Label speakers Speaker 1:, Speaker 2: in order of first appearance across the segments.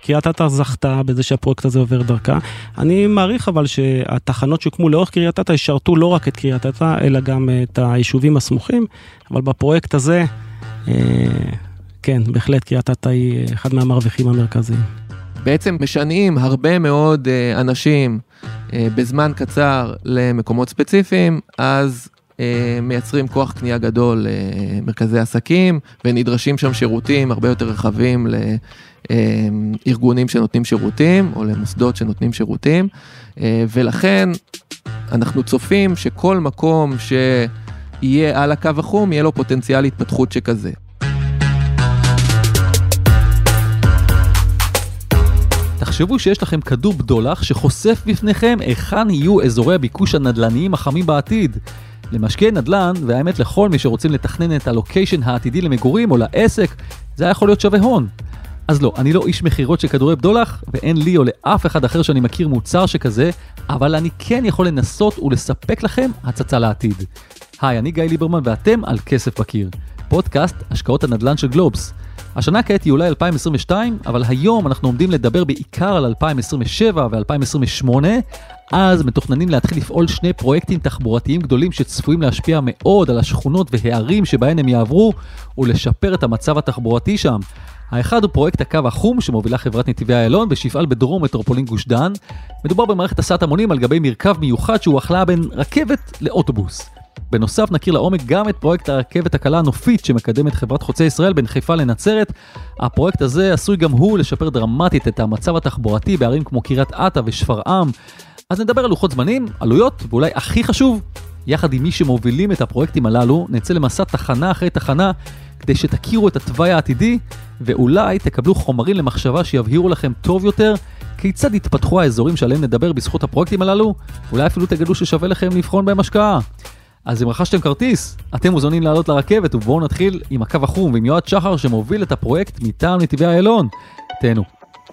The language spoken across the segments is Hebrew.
Speaker 1: קריית אתא זכתה בזה שהפרויקט הזה עובר דרכה. אני מעריך אבל שהתחנות שהוקמו לאורך קריית אתא ישרתו לא רק את קריית אתא, אלא גם את היישובים הסמוכים, אבל בפרויקט הזה, כן, בהחלט קריית אתא היא אחד מהמרוויחים המרכזיים.
Speaker 2: בעצם משנעים הרבה מאוד אנשים בזמן קצר למקומות ספציפיים, אז מייצרים כוח קנייה גדול למרכזי עסקים, ונדרשים שם שירותים הרבה יותר רחבים לארגונים שנותנים שירותים, או למוסדות שנותנים שירותים, ולכן אנחנו צופים שכל מקום שיהיה על הקו החום, יהיה לו פוטנציאל התפתחות שכזה.
Speaker 3: תחשבו שיש לכם כדור בדולח שחושף בפניכם היכן יהיו אזורי הביקוש הנדלניים החמים בעתיד. למשקיעי נדל"ן, והאמת לכל מי שרוצים לתכנן את הלוקיישן העתידי למגורים או לעסק, זה יכול להיות שווה הון. אז לא, אני לא איש מחירות של כדורי בדולח, ואין לי או לאף אחד אחר שאני מכיר מוצר שכזה, אבל אני כן יכול לנסות ולספק לכם הצצה לעתיד. היי, אני גיא ליברמן ואתם על כסף בקיר. פודקאסט השקעות הנדל"ן של גלובס. השנה כעת היא אולי 2022, אבל היום אנחנו עומדים לדבר בעיקר על 2027 ו-2028, אז מתוכננים להתחיל לפעול שני פרויקטים תחבורתיים גדולים שצפויים להשפיע מאוד על השכונות והערים שבהן הם יעברו, ולשפר את המצב התחבורתי שם. האחד הוא פרויקט הקו החום שמובילה חברת נתיבי איילון ושיפעל בדרום מטרופולין גוש דן. מדובר במערכת הסעת המונים על גבי מרכב מיוחד שהוא החלאה בין רכבת לאוטובוס. בנוסף נכיר לעומק גם את פרויקט הרכבת הקלה הנופית שמקדמת חברת חוצה ישראל בין חיפה לנצרת. הפרויקט הזה עשוי גם הוא לשפר דרמטית את המצב התחבורתי בערים כמו קריית אתא ושפרעם. אז נדבר על לוחות זמנים, עלויות, ואולי הכי חשוב, יחד עם מי שמובילים את הפרויקטים הללו, נצא למסע תחנה אחרי תחנה, כדי שתכירו את התוואי העתידי, ואולי תקבלו חומרים למחשבה שיבהירו לכם טוב יותר, כיצד יתפתחו האזורים שעליהם נדבר בזכות הפרויקטים הללו, אולי אפילו תגלו ששווה לכם לבחון בהם השקעה. אז אם רכשתם כרטיס, אתם מוזמנים לעלות לרכבת, ובואו נתחיל עם הקו החום ועם יועד שחר שמוביל את הפרויקט מטעם נתיבי איילון. תהנו.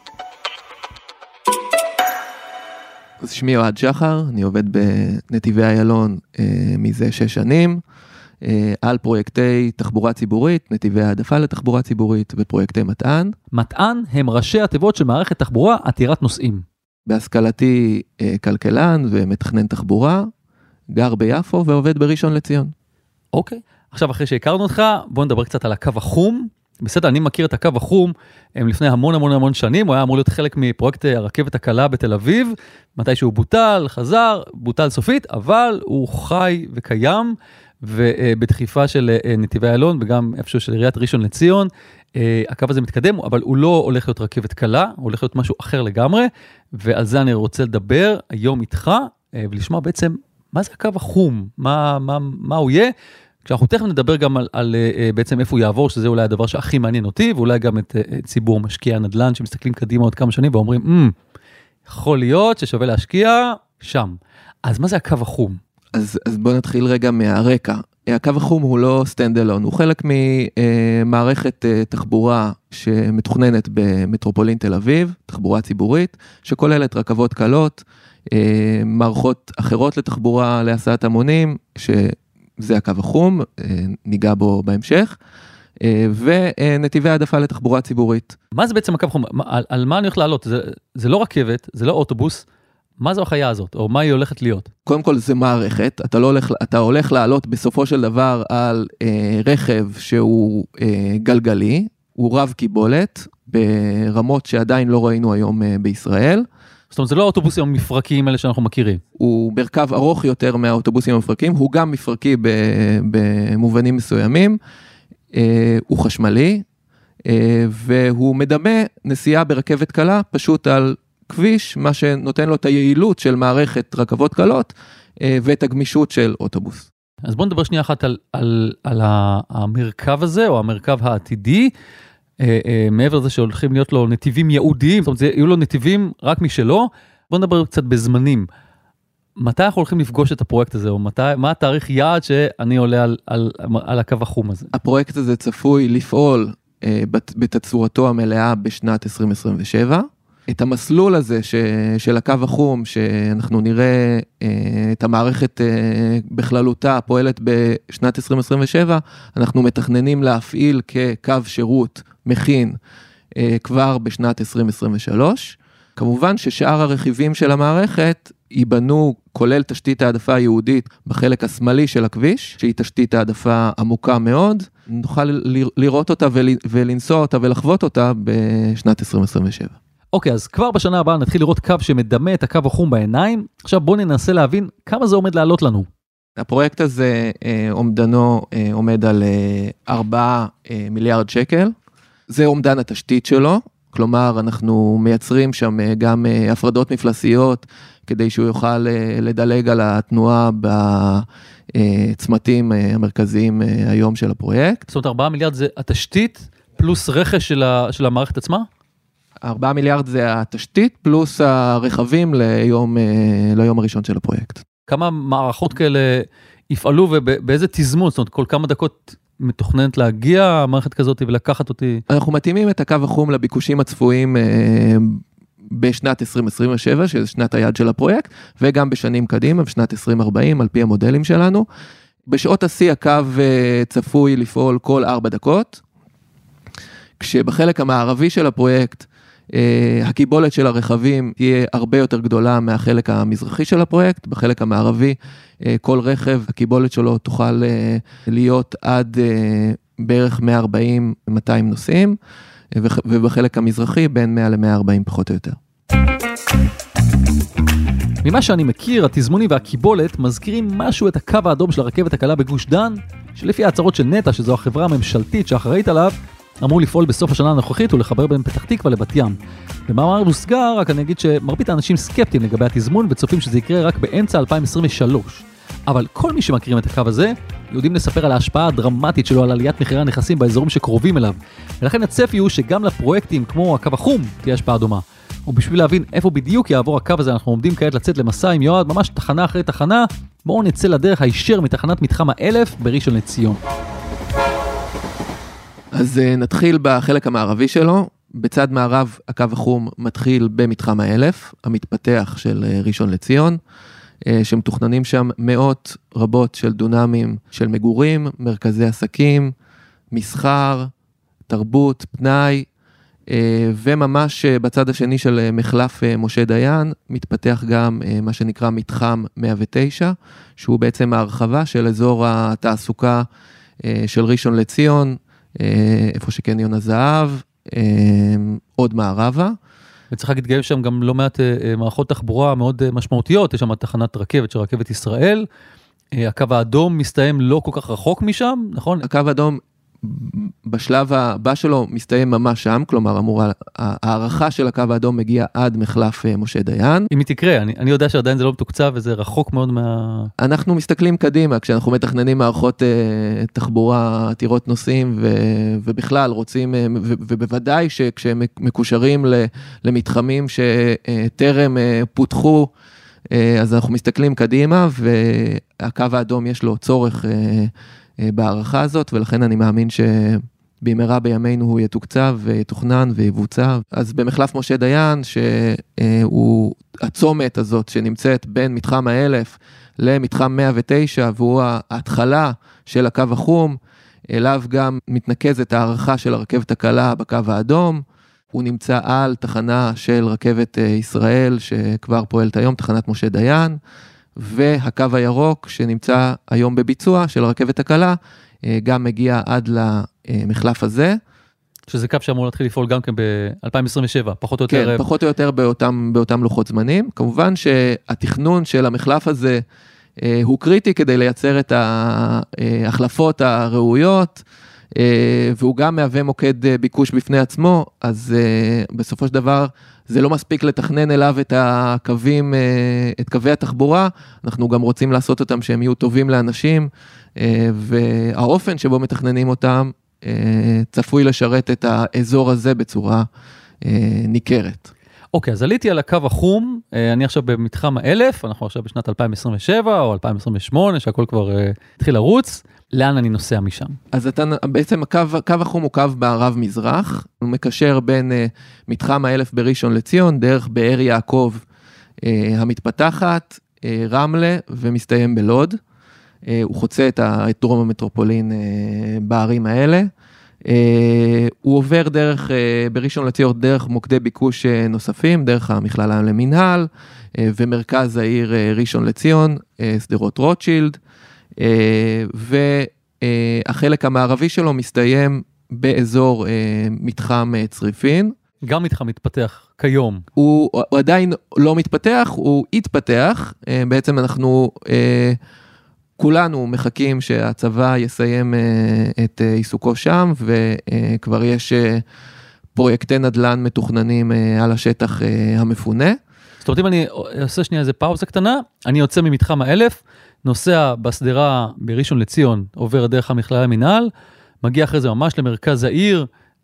Speaker 2: אז שמי יועד שחר, אני עובד בנתיבי איילון מזה 6 שנים, על פרויקטי תחבורה ציבורית, נתיבי העדפה לתחבורה ציבורית ופרויקטי מטען.
Speaker 3: מטען הם ראשי התיבות של מערכת תחבורה עתירת נוסעים.
Speaker 2: בהשכלתי כלכלן ומתכנן תחבורה, גר ביפו ועובד בראשון לציון.
Speaker 3: אוקיי, עכשיו אחרי שהכרנו אותך, בוא נדבר קצת על הקו החום. בסדר, אני מכיר את הקו החום לפני המון שנים, הוא היה אמור להיות חלק מפרויקט הרכבת הקלה בתל אביב, מתי שהוא בוטל, חזר, בוטל סופית, אבל הוא חי וקיים, ובדחיפה של נתיבי איילון, וגם איפשהו של עיריית ראשון לציון, הקו הזה מתקדם, אבל הוא לא הולך להיות רכבת קלה, הוא הולך להיות משהו אחר לגמרי, ועל זה אני רוצה לדבר היום איתך, ולשמוע בעצם מה זה הקו החום, מה הוא יהיה, כשאנחנו תכף נדבר גם על בעצם איפה הוא יעבור, שזה אולי הדבר שהכי מעניין אותי, ואולי גם את ציבור משקיעי הנדל"ן שמסתכלים קדימה עוד כמה שנים ואומרים, יכול להיות ששווה להשקיע שם. אז מה זה הקו החום?
Speaker 2: אז בוא נתחיל רגע מהרקע. הקו החום הוא לא סטנדלון, הוא חלק ממערכת תחבורה שמתוכננת במטרופולין תל אביב, תחבורה ציבורית, שכוללת רכבות קלות, מערכות אחרות לתחבורה להסעת המונים, שזה הקו החום, ניגע בו בהמשך, ונתיבי העדפה לתחבורה ציבורית.
Speaker 3: מה זה בעצם הקו החום? על מה אני הולך לעלות? זה לא רכבת, זה לא אוטובוס, מה זו החיה הזאת, או מה היא הולכת להיות?
Speaker 2: קודם כל זה מערכת, אתה הולך לעלות בסופו של דבר על רכב שהוא גלגלי, הוא רב קיבולת, ברמות שעדיין לא ראינו היום בישראל.
Speaker 3: זאת אומרת, זה לא האוטובוסים המפרקיים האלה שאנחנו מכירים.
Speaker 2: הוא מרכב ארוך יותר מהאוטובוסים המפרקיים, הוא גם מפרקי במובנים מסוימים, הוא חשמלי, והוא מדמה נסיעה ברכבת קלה, פשוט על כביש, מה שנותן לו את היעילות של מערכת רכבות קלות, ואת הגמישות של אוטובוס.
Speaker 3: אז בואו נדבר שנייה אחת על המרכב הזה, או המרכב העתידי, מעבר לזה שהולכים להיות לו נתיבים ייעודיים, זאת אומרת, יהיו לו נתיבים רק משלו. בואו נדבר קצת בזמנים. מתי אנחנו הולכים לפגוש את הפרויקט הזה, או מה התאריך יעד שאני עולה על הקו החום הזה?
Speaker 2: הפרויקט הזה צפוי לפעול בתצורתו המלאה בשנת 2027. את המסלול הזה של הקו החום, שאנחנו נראה את המערכת בכללותה פועלת בשנת 2027, אנחנו מתכננים להפעיל כקו שירות מכין כבר בשנת 2023. כמובן ששאר הרכיבים של המערכת ייבנו, כולל תשתית העדפה היהודית בחלק השמאלי של הכביש, שהיא תשתית העדפה עמוקה מאוד, נוכל לראות אותה ולנסוע אותה ולחוות אותה בשנת 2027.
Speaker 3: אוקיי, אז כבר בשנה הבאה נתחיל לראות קו שמדמה את הקו החום בעיניים. עכשיו בואו ננסה להבין כמה זה עומד לעלות לנו.
Speaker 2: הפרויקט הזה אומדנו עומד על 4 מיליארד שקל. זה אומדן התשתית שלו. כלומר, אנחנו מייצרים שם גם הפרדות מפלסיות, כדי שהוא יוכל לדלג על התנועה בצמתים המרכזיים היום של הפרויקט.
Speaker 3: זאת אומרת, 4 מיליארד זה התשתית, פלוס רכש של המערכת עצמה?
Speaker 2: 4 מיליארד זה התשתית, פלוס הרכבים ליום הראשון של הפרויקט.
Speaker 3: כמה מערכות כאלה יפעלו ובאיזה תזמון? זאת אומרת, כל כמה דקות מתוכננת להגיע מערכת כזאת ולקחת אותי?
Speaker 2: אנחנו מתאימים את הקו החום לביקושים הצפויים בשנת 2027, שזה שנת היעד של הפרויקט, וגם בשנים קדימה, בשנת 2040, על פי המודלים שלנו. בשעות השיא הקו צפוי לפעול כל 4 דקות, כשבחלק המערבי של הפרויקט, הקיבולת של הרכבים תהיה הרבה יותר גדולה מהחלק המזרחי של הפרויקט. בחלק המערבי, כל רכב, הקיבולת שלו תוכל להיות עד בערך 140-200 נוסעים, ובחלק המזרחי בין 100 ל-140 פחות או יותר.
Speaker 3: ממה שאני מכיר, התזמונים והקיבולת מזכירים משהו את הקו האדום של הרכבת הקלה בגוש דן, שלפי ההצהרות של נטע, שזו החברה הממשלתית שאחראית עליו, אמרו לפעול בסוף השנה הנוכחית ולחבר בין פתח תקווה לבת ים. במאמר מוסגר, רק אני אגיד שמרבית האנשים סקפטיים לגבי התזמון וצופים שזה יקרה רק באמצע 2023. אבל כל מי שמכירים את הקו הזה, יודעים לספר על ההשפעה הדרמטית שלו על עליית מחירי הנכסים באזורים שקרובים אליו. ולכן הצפי הוא שגם לפרויקטים כמו הקו החום תהיה השפעה דומה. ובשביל להבין איפה בדיוק יעבור הקו הזה, אנחנו עומדים כעת לצאת למסע עם יועד, ממש תחנה אחרי תחנה. בואו נצא לדרך הישר מתחנת מתחם ה-1000 בראשון לציון.
Speaker 2: אז נתחיל בחלק המערבי שלו. בצד מערב הקו החום מתחיל במתחם ה-1000, המתפתח של ראשון לציון, שמתוכננים שם מאות רבות של דונמים של מגורים, מרכזי עסקים, מסחר, תרבות, פנאי, וממש בצד השני של מחלף משה דיין, מתפתח גם מה שנקרא מתחם 109, שהוא בעצם ההרחבה של אזור התעסוקה של ראשון לציון, איפה שקניון הזהב, עוד מערבה.
Speaker 3: וצריך להגיד, יש שם גם לא מעט מערכות תחבורה מאוד משמעותיות, יש שם תחנת רכבת של רכבת ישראל, הקו האדום מסתיים לא כל כך רחוק משם, נכון?
Speaker 2: הקו האדום בשלב הבא שלו מסתיים ממש שם, כלומר הערכה של הקו האדום מגיעה עד מחלף משה דיין.
Speaker 3: אם היא תקרה, אני יודע שעדיין זה לא מתוקצב וזה רחוק מאוד מה...
Speaker 2: אנחנו מסתכלים קדימה, כשאנחנו מתכננים מערכות תחבורה עתירות נוסעים ובכלל רוצים, ובוודאי שכשהם מקושרים למתחמים שטרם פותחו, אז אנחנו מסתכלים קדימה, והקו האדום יש לו צורך בהערכה הזאת, ולכן אני מאמין שבמהרה בימינו הוא יתוקצב ויתוכנן ויבוצע. אז במחלף משה דיין, שהוא הצומת הזאת שנמצאת בין מתחם ה-1000 למתחם 109, והוא ההתחלה של הקו החום, אליו גם מתנקזת הערכה של הרכבת הקלה בקו האדום, הוא נמצא על תחנה של רכבת ישראל, שכבר פועלת היום, תחנת משה דיין, והקו הירוק שנמצא היום בביצוע של הרכבת הקלה, גם מגיע עד למחלף הזה.
Speaker 3: שזה קו שאמור להתחיל לפעול גם כן ב-2027, פחות או יותר.
Speaker 2: כן, פחות או יותר באותם לוחות זמנים. כמובן שהתכנון של המחלף הזה הוא קריטי כדי לייצר את ההחלפות הראויות, והוא גם מהווה מוקד ביקוש בפני עצמו, אז בסופו של דבר זה לא מספיק לתכנן אליו את הקווים, את קווי התחבורה, אנחנו גם רוצים לעשות אותם שהם יהיו טובים לאנשים, והאופן שבו מתכננים אותם צפוי לשרת את האזור הזה בצורה ניכרת.
Speaker 3: אוקיי, אז עליתי על הקו החום, אני עכשיו במתחם ה-1000, אנחנו עכשיו בשנת 2027 או 2028, שהכל כבר התחיל לרוץ, לאן אני נוסע משם?
Speaker 2: אז בעצם קו החום הוא קו מערב-מזרח, הוא מקשר בין מתחם ה-1000 בראשון לציון, דרך באר יעקב המתפתחת, רמלה ומסתיים בלוד, הוא חוצה את דרום המטרופולין בערים האלה, הוא עובר בראשון לציון דרך מוקדי ביקוש נוספים, דרך המכללה למינהל, ומרכז העיר ראשון לציון, שדרות רוטשילד, והחלק המערבי שלו מסתיים באזור מתחם צריפין.
Speaker 3: גם מתחם מתפתח כיום.
Speaker 2: הוא עדיין לא מתפתח, הוא יתפתח, בעצם אנחנו כולנו מחכים שהצבא יסיים את עיסוקו שם, וכבר יש פרויקטי נדל"ן מתוכננים על השטח המפונה.
Speaker 3: זאת אומרת, אם אני עושה שנייה איזה פאוזה קטנה, אני יוצא ממתחם האלף, נוסע בסדרה בראשון לציון, עובר דרך המכללה למינהל, מגיע אחרי זה ממש למרכז העיר,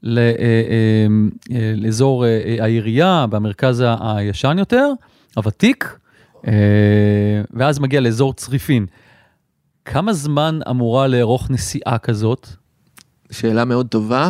Speaker 3: לאזור העירייה, במרכז הישן יותר, הוותיק, ואז מגיע לאזור צריפין. כמה זמן אמורה לארוך נסיעה כזאת?
Speaker 2: שאלה מאוד טובה.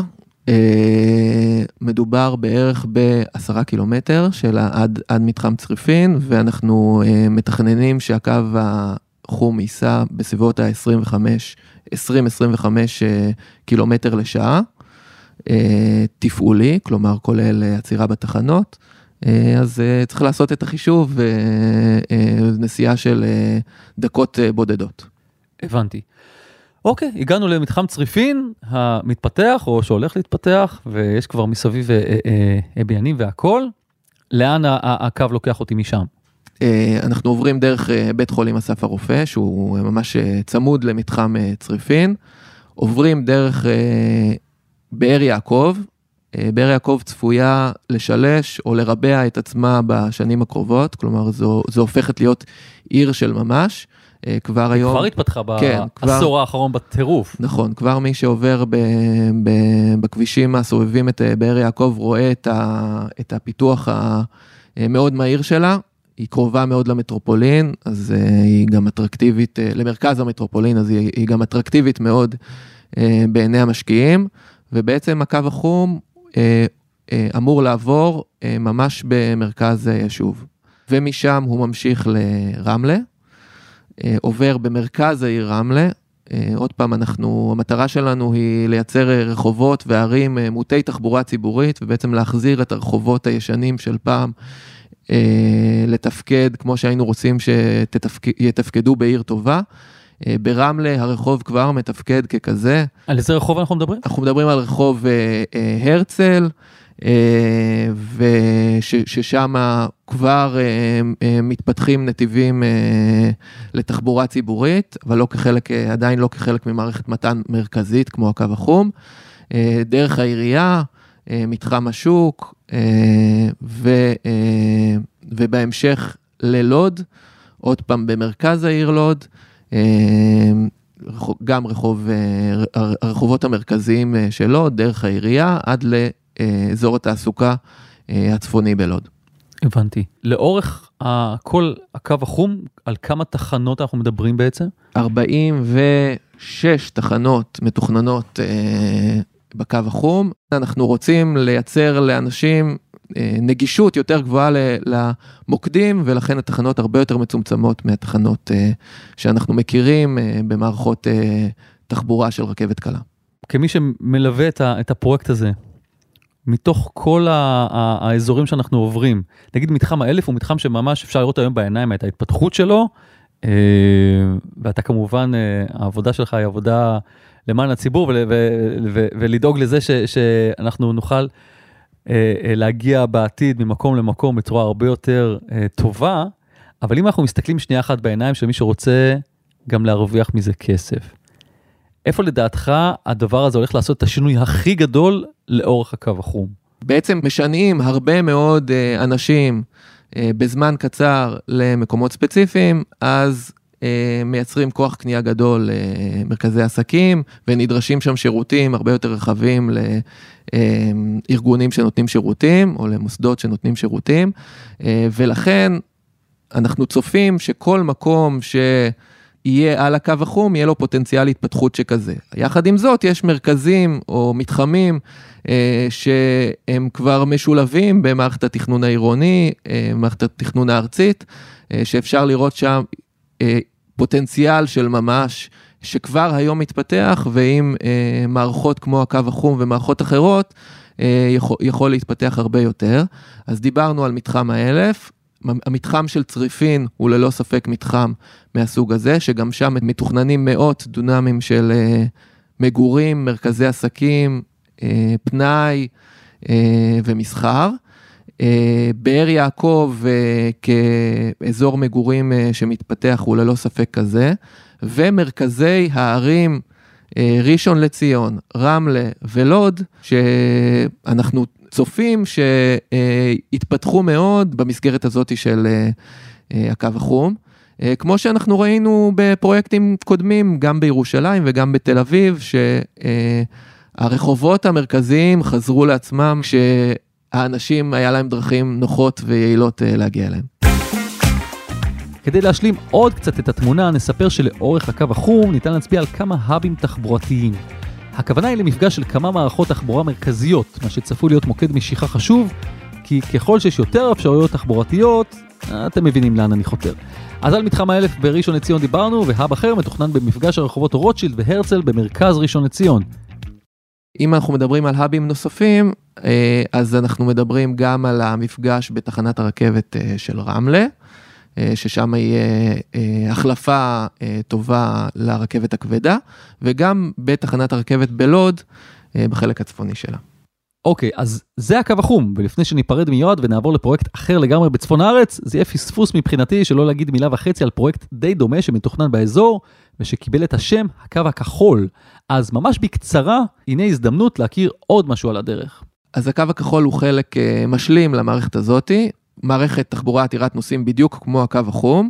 Speaker 2: מדובר בערך ב10 קילומטר עד מתחם צריפין, ואנחנו מתכננים שהקו החום ייסע בסביבות ה-20-25 קילומטר לשעה, תפעולי, כלומר כולל עצירה בתחנות, אז צריך לעשות את החישוב, נסיעה של דקות בודדות.
Speaker 3: הבנתי. אוקיי, הגענו למתחם צריפין, המתפתח או שהולך להתפתח, ויש כבר מסביב בניינים והכל. לאן הקו לוקח אותי משם?
Speaker 2: אנחנו עוברים דרך בית חולים אסף הרופא, שהוא ממש צמוד למתחם צריפין. עוברים דרך באר יעקב. באר יעקב צפויה לשלש או לרבע את עצמה בשנים הקרובות, כלומר זו הופכת להיות עיר של ממש. כבר היום...
Speaker 3: כבר התפתחה בעשור האחרון בטירוף.
Speaker 2: נכון, כבר מי שעובר בכבישים הסובבים את באר יעקב רואה את הפיתוח המאוד מהיר שלה, היא קרובה מאוד למטרופולין, אז היא גם אטרקטיבית, למרכז המטרופולין, אז היא גם אטרקטיבית מאוד בעיני המשקיעים, ובעצם הקו החום אמור לעבור ממש במרכז היישוב. ומשם הוא ממשיך לרמלה, עובר במרכז העיר רמלה, עוד פעם המטרה שלנו היא לייצר רחובות וערים מוטי תחבורה ציבורית, ובעצם להחזיר את הרחובות הישנים של פעם, לתפקד כמו שהיינו רוצים שיתפקדו בעיר טובה. ברמלה הרחוב כבר מתפקד ככזה.
Speaker 3: על איזה רחוב אנחנו מדברים?
Speaker 2: אנחנו מדברים על רחוב הרצל, וששם כבר מתפתחים נתיבים לתחבורה ציבורית, אבל עדיין לא כחלק ממערכת מתן מרכזית כמו הקו החום. דרך העירייה, מתחם השוק, ובהמשך ללוד, עוד פעם במרכז העיר לוד, גם הרחובות המרכזיים של לוד, דרך העירייה, עד לאזור התעסוקה הצפוני בלוד.
Speaker 3: הבנתי. לאורך כל הקו החום, על כמה תחנות אנחנו מדברים בעצם?
Speaker 2: 46 תחנות מתוכננות בקו החום. אנחנו רוצים לייצר לאנשים נגישות יותר גבוהה למוקדים, ולכן התחנות הרבה יותר מצומצמות מהתחנות שאנחנו מכירים במערכות תחבורה של רכבת קלה.
Speaker 3: כמי שמלווה את הפרויקט הזה, מתוך כל האזורים שאנחנו עוברים, נגיד מתחם האלף הוא מתחם שממש אפשר לראות היום בעיניים את ההתפתחות שלו, ואתה כמובן, העבודה שלך היא עבודה למען הציבור, ולדאוג לזה שאנחנו נוכל להגיע בעתיד ממקום למקום בצורה הרבה יותר טובה, אבל אם אנחנו מסתכלים שנייה אחת בעיניים של מי שרוצה גם להרוויח מזה כסף, איפה לדעתך הדבר הזה הולך לעשות את השינוי הכי גדול לאורך הקו החום?
Speaker 2: בעצם משנעים הרבה מאוד אנשים בזמן קצר למקומות ספציפיים, אז מייצרים כוח קנייה גדול למרכזי עסקים, ונדרשים שם שירותים הרבה יותר רחבים לארגונים שנותנים שירותים, או למוסדות שנותנים שירותים, ולכן אנחנו צופים שכל מקום שיהיה על הקו החום, יהיה לו פוטנציאל התפתחות שכזה. יחד עם זאת, יש מרכזים או מתחמים שהם כבר משולבים במערכת התכנון העירוני, מערכת התכנון הארצית, שאפשר לראות שם פוטנציאל של ממש שכבר היום מתפתח, ועם מערכות כמו הקו החום ומערכות אחרות, יכול להתפתח הרבה יותר. אז דיברנו על מתחם ה-1000, המתחם של צריפין הוא ללא ספק מתחם מהסוג הזה, שגם שם מתוכננים מאות דונמים של מגורים, מרכזי עסקים, פנאי ומסחר. באר יעקב כאזור מגורים שמתפתח הוא ללא ספק כזה, ומרכזי הערים ראשון לציון, רמלה ולוד, שאנחנו צופים שהתפתחו מאוד במסגרת הזאת של הקו החום, כמו שאנחנו ראינו בפרויקטים קודמים, גם בירושלים וגם בתל אביב, שהרחובות המרכזיים חזרו לעצמם, שהאנשים היה להם דרכים נוחות ויעילות להגיע אליהם.
Speaker 3: כדי להשלים עוד קצת את התמונה, נספר שלאורך הקו החום ניתן להצביע על כמה האבים תחבורתיים. הכוונה היא למפגש של כמה מערכות תחבורה מרכזיות, מה שצפוי להיות מוקד משיכה חשוב, כי ככל שיש יותר אפשרויות תחבורתיות, אתם מבינים לאן אני חותר. אז על מתחם ה-1000 בראשון לציון דיברנו, והאב אחר מתוכנן במפגש הרחובות רוטשילד והרצל במרכז ראשון לציון.
Speaker 2: אם אנחנו מדברים על האבים נוספים, אז אנחנו מדברים גם על המפגש בתחנת הרכבת של רמלה, ששם יהיה החלפה טובה לרכבת הכבדה, וגם בתחנת הרכבת בלוד, בחלק הצפוני שלה.
Speaker 3: אוקיי, אז זה הקו החום, ולפני שניפרד מיועד ונעבור לפרויקט אחר לגמרי בצפון הארץ, זה יהיה פספוס מבחינתי שלא להגיד מילה וחצי על פרויקט די דומה שמתוכנן באזור, ושקיבל את השם הקו הכחול. אז ממש בקצרה, הנה הזדמנות להכיר עוד משהו על הדרך.
Speaker 2: אז הקו הכחול הוא חלק משלים למערכת הזאת, מערכת תחבורה עתירת נוסעים בדיוק כמו הקו החום,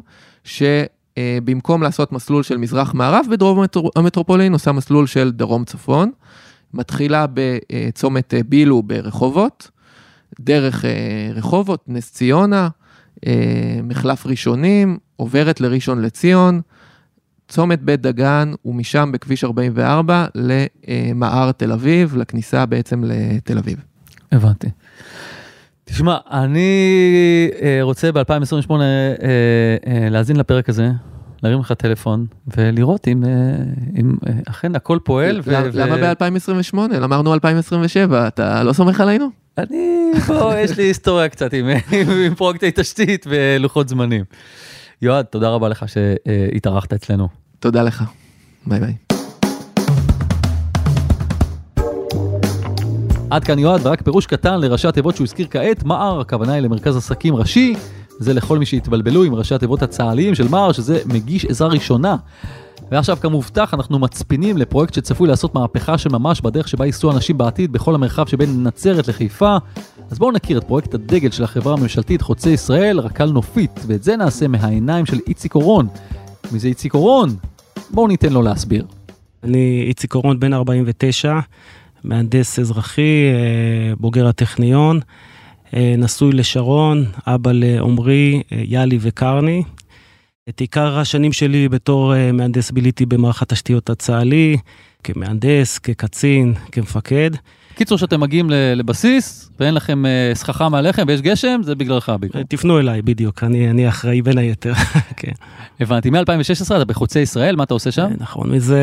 Speaker 2: שבמקום לעשות מסלול של מזרח-מערב בדרום המטרופולין, עושה מסלול של דרום-צפון, מתחילה בצומת בילו ברחובות, דרך רחובות, נס ציונה, מחלף ראשונים, עוברת לראשון לציון, צומת בית דגן, ומשם בכביש 44 למער תל אביב, לכניסה בעצם לתל אביב.
Speaker 3: הבנתי. תשמע, אני רוצה ב-2028 להזין לפרק הזה, להרים לך טלפון, ולראות אם אכן הכל פועל.
Speaker 2: למה ב-2028? אמרנו 2027, אתה לא סומך עלינו?
Speaker 3: יש לי היסטוריה קצת עם פרויקטי תשתית ולוחות זמנים. יועד, תודה רבה לך שהתארחת אצלנו.
Speaker 2: תודה לך. ביי ביי.
Speaker 3: עד כאן יועד, ורק פירוש קטן לראשי התיבות שהוא הזכיר כעת, מע"ר, הכוונה היא למרכז עסקים ראשי, זה לכל מי שהתבלבלו עם ראשי התיבות הצה"ליים של מע"ר, שזה מגיש עזרה ראשונה. ועכשיו כמובטח אנחנו מצפינים לפרויקט שצפוי לעשות מהפכה של ממש בדרך שבה ייסעו אנשים בעתיד בכל המרחב שבין נצרת לחיפה. אז בואו נכיר את פרויקט הדגל של החברה הממשלתית חוצה ישראל, רק"ל נופית, ואת זה נעשה מהעיניים של איציק אורון. מי זה איציק אורון? בואו ניתן לו להסביר.
Speaker 1: אני איציק אורון, בן 49, מהנדס אזרחי, בוגר הטכניון, נשוי לשרון, אבא לעומרי, יאלי וקרני. את עיקר השנים שלי בתור מהנדס ביליתי במערך התשתיות הצה"לי, כמהנדס, כקצין, כמפקד.
Speaker 3: קיצור שאתם מגיעים לבסיס, ואין לכם סככה מעליכם ויש גשם, זה בגללך בעיקר.
Speaker 1: תפנו אליי, בדיוק, אני אחראי בין היתר.
Speaker 3: הבנתי, מ-2016 אתה בחוצה ישראל, מה אתה עושה שם?
Speaker 1: נכון, מזה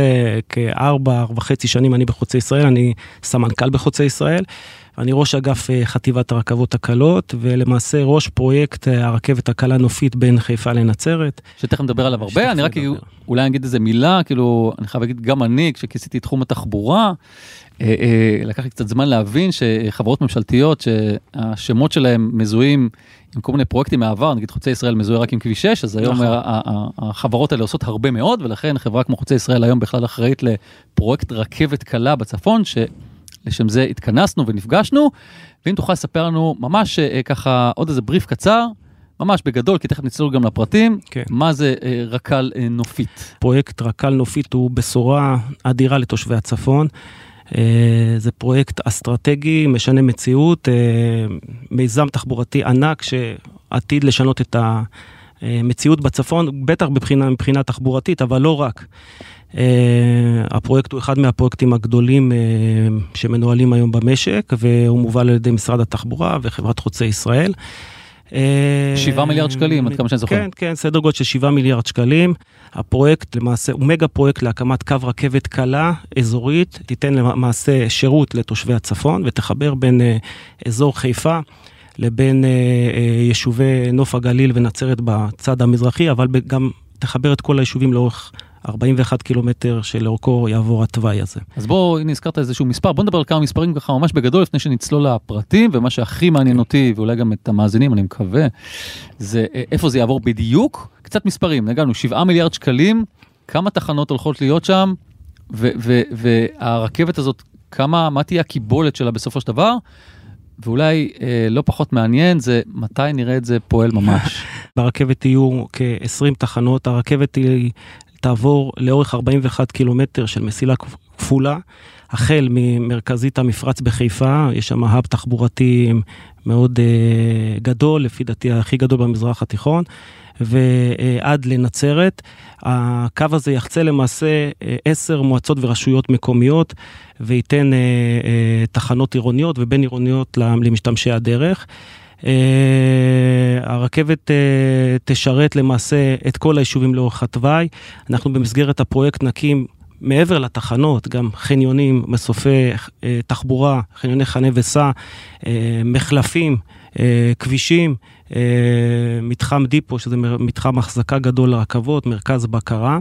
Speaker 1: כ4.5 שנים אני בחוצה ישראל, אני סמנכ"ל בחוצה ישראל, אני ראש אגף חטיבת הרכבות הקלות, ולמעשה ראש פרויקט הרכבת הקלה נופית בין חיפה לנצרת.
Speaker 3: שתכף מדבר עליו הרבה, אני רק אולי אגיד איזה מילה, כאילו, אני חייב להגיד גם אני, כשכיסיתי תחום התחבורה, לקח לי קצת זמן להבין שחברות ממשלתיות, שהשמות שלהם מזוהים עם כל מיני פרויקטים מעבר, נגיד חוצה ישראל מזוהה רק עם כביש 6, אז היום החברות האלה עושות הרבה מאוד, ולכן חברה כמו חוצה ישראל היום בכלל אחראית לפרויקט רכבת קלה בצפון, לשם זה התכנסנו ונפגשנו, ואם תוכל לספר לנו ממש ככה עוד איזה בריף קצר, ממש בגדול, כי תכף נצלול גם לפרטים, כן. מה זה רק"ל נופית?
Speaker 1: פרויקט רק"ל נופית הוא בשורה אדירה לתושבי הצפון, זה פרויקט אסטרטגי, משנה מציאות, מיזם תחבורתי ענק שעתיד לשנות את המציאות בצפון, בטח מבחינה תחבורתית, אבל לא רק. הפרויקט הוא אחד מהפרויקטים הגדולים שמנוהלים היום במשק, והוא מובל על ידי משרד התחבורה וחברת חוצה ישראל.
Speaker 3: 7 מיליארד שקלים, עד כמה שאני זוכר.
Speaker 1: כן, כן, סדר גודל של 7 מיליארד שקלים. הפרויקט למעשה הוא מגה פרויקט להקמת קו רכבת קלה אזורית, תיתן למעשה שירות לתושבי הצפון, ותחבר בין אזור חיפה לבין יישובי נוף הגליל ונצרת בצד המזרחי, אבל גם תחבר את כל היישובים לאורך 41 קילומטר שלאורכו יעבור התוואי הזה.
Speaker 3: אז בואו, הנה הזכרת איזשהו מספר, בואו נדבר על כמה מספרים ככה ממש בגדול, לפני שנצלול לפרטים, ומה שהכי מעניין אותי, ואולי גם את המאזינים, אני מקווה, זה איפה זה יעבור בדיוק, קצת מספרים, נגענו 7 מיליארד שקלים, כמה תחנות הולכות להיות שם, והרכבת הזאת, מה תהיה הקיבולת שלה בסופו של דבר, ואולי לא פחות מעניין, זה מתי נראה את זה פועל ממש.
Speaker 1: ברכבת יהיו כ-20 תחנות, הרכבת תעבור לאורך 41 קילומטר של מסילה כפולה, החל ממרכזית המפרץ בחיפה, יש שם האב תחבורתי מאוד גדול, לפי דעתי הכי גדול במזרח התיכון, ועד לנצרת. הקו הזה יחצה למעשה 10 מועצות ורשויות מקומיות, וייתן תחנות עירוניות ובין עירוניות למשתמשי הדרך. הרכבת תשרת למעשה את כל היישובים לאורך התוואי. אנחנו במסגרת הפרויקט נקים מעבר לתחנות, גם חניונים, מסופי תחבורה, חניוני חנה וסע, מחלפים, כבישים, מתחם דיפו, שזה מתחם החזקה גדול לרכבות, מרכז בקרה.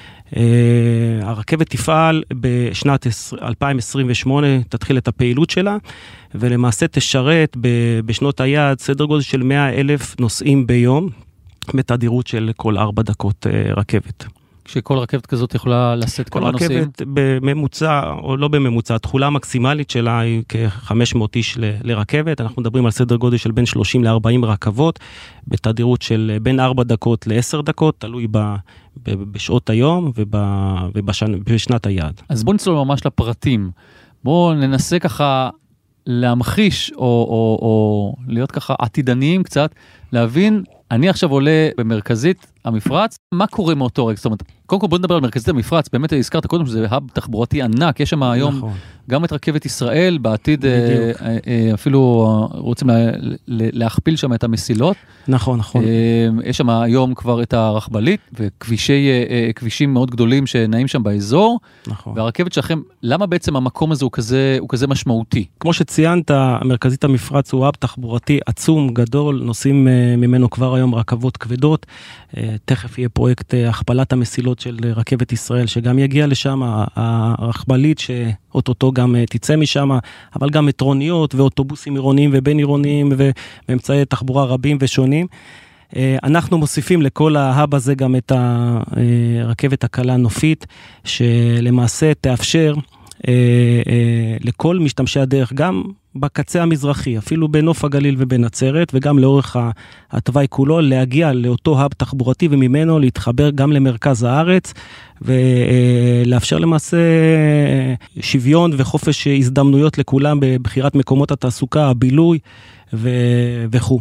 Speaker 1: הרכבת תפעל בשנת 2028, תתחיל את הפעילות שלה, ולמעשה תשרת בשנות היעד סדר גודל של 100,000 נוסעים ביום, בתדירות של כל 4 דקות רכבת.
Speaker 3: כשכל רכבת כזאת יכולה לשאת כמה נוסעים?
Speaker 1: כל רכבת בממוצע, או לא בממוצע, התחולה המקסימלית שלה היא כ-500 איש לרכבת, אנחנו מדברים על סדר גודל של בין 30 ל-40 רכבות, בתדירות של בין 4 דקות ל-10 דקות, תלוי בשעות היום ובשנת היעד.
Speaker 3: אז בואו נצלול ממש לפרטים, בואו ננסה ככה להמחיש, או להיות ככה עתידניים קצת, להבין, אני עכשיו עולה במרכזית המפרץ, מה קורה מאותו רגע? זאת אומרת, קודם כל בוא נדבר על מרכזית המפרץ, באמת הזכרת קודם שזה האב תחבורתי ענק, יש שם היום גם את רכבת ישראל, בעתיד אפילו רוצים להכפיל שם את המסילות.
Speaker 1: נכון, נכון.
Speaker 3: יש שם היום כבר את הרכבלית, וכבישים מאוד גדולים שנעים שם באזור, והרכבת שלכם, למה בעצם המקום הזה הוא כזה משמעותי?
Speaker 1: כמו שציינת, מרכזית המפרץ הוא האב תחבורתי עצום, גדול, נוסעים ממנו כבר היום רכבות כבדות, תכף יהיה פרויקט הכפלת המסילות של רכבת ישראל, שגם יגיע לשם, הרכבלית שאוטוטו גם תצא משם, אבל גם מטרוניות ואוטובוסים עירוניים ובין עירוניים ואמצעי תחבורה רבים ושונים. אנחנו מוסיפים לכל ההאב הזה גם את הרכבת הקלה נופית, שלמעשה תאפשר לכל משתמשי הדרך, גם בקצה המזרחי, אפילו בנוף הגליל ובנצרת, וגם לאורך התוואי כולו, להגיע לאותו האב תחבורתי, וממנו להתחבר גם למרכז הארץ, ולאפשר למעשה שוויון וחופש הזדמנויות לכולם, בבחירת מקומות התעסוקה, הבילוי וכו'.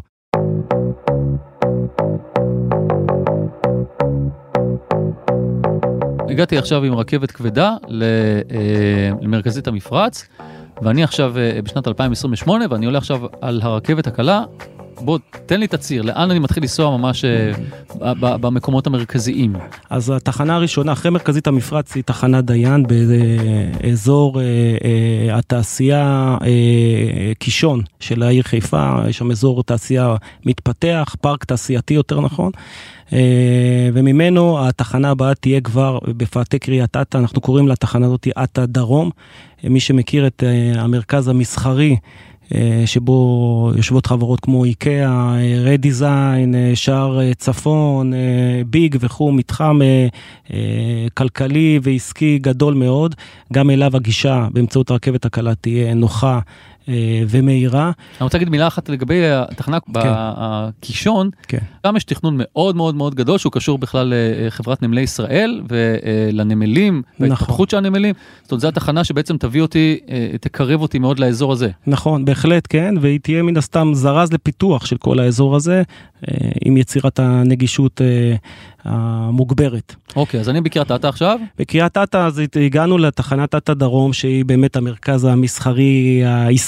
Speaker 3: הגעתי עכשיו עם רכבת כבדה למרכזית המפרץ, ואני עכשיו בשנת 2028, ואני עולה עכשיו על הרכבת הקלה. בוא, תן לי תציר, לאן אני מתחיל לנסוע ממש במקומות המרכזיים?
Speaker 1: אז התחנה הראשונה, אחרי מרכזית המפרץ, היא תחנת דיין, באזור התעשייה קישון של העיר חיפה, יש שם אזור תעשייה מתפתח, פארק תעשייתי יותר נכון, וממנו התחנה הבאה תהיה כבר בפאתי קריית אתא, אנחנו קוראים לתחנה הזאת אתא דרום, מי שמכיר את המרכז המסחרי, שבו יושבות חברות כמו איקאה, רדיזיין, שער צפון, ביג וכו', מתחם כלכלי ועסקי גדול מאוד, גם אליו הגישה באמצעות הרכבת הקלה תהיה נוחה ומהירה. אני
Speaker 3: רוצה להגיד מילה אחת לגבי התחנה בקישון, גם יש תכנון מאוד מאוד מאוד גדול, שהוא קשור בכלל לחברת נמלי ישראל, ולנמלים, וההתפתחות של הנמלים, זאת אומרת, זו התחנה שבעצם תביא אותי, תקרב אותי מאוד לאזור הזה.
Speaker 1: נכון, בהחלט כן, והיא תהיה מן הסתם זרז לפיתוח של כל האזור הזה, עם יצירת הנגישות המוגברת.
Speaker 3: אוקיי, אז אני בקריית אתא עכשיו?
Speaker 1: בקריית אתא, אז הגענו לתחנת אתא דרום, שהיא באמת המרכז המסחרי העסקי,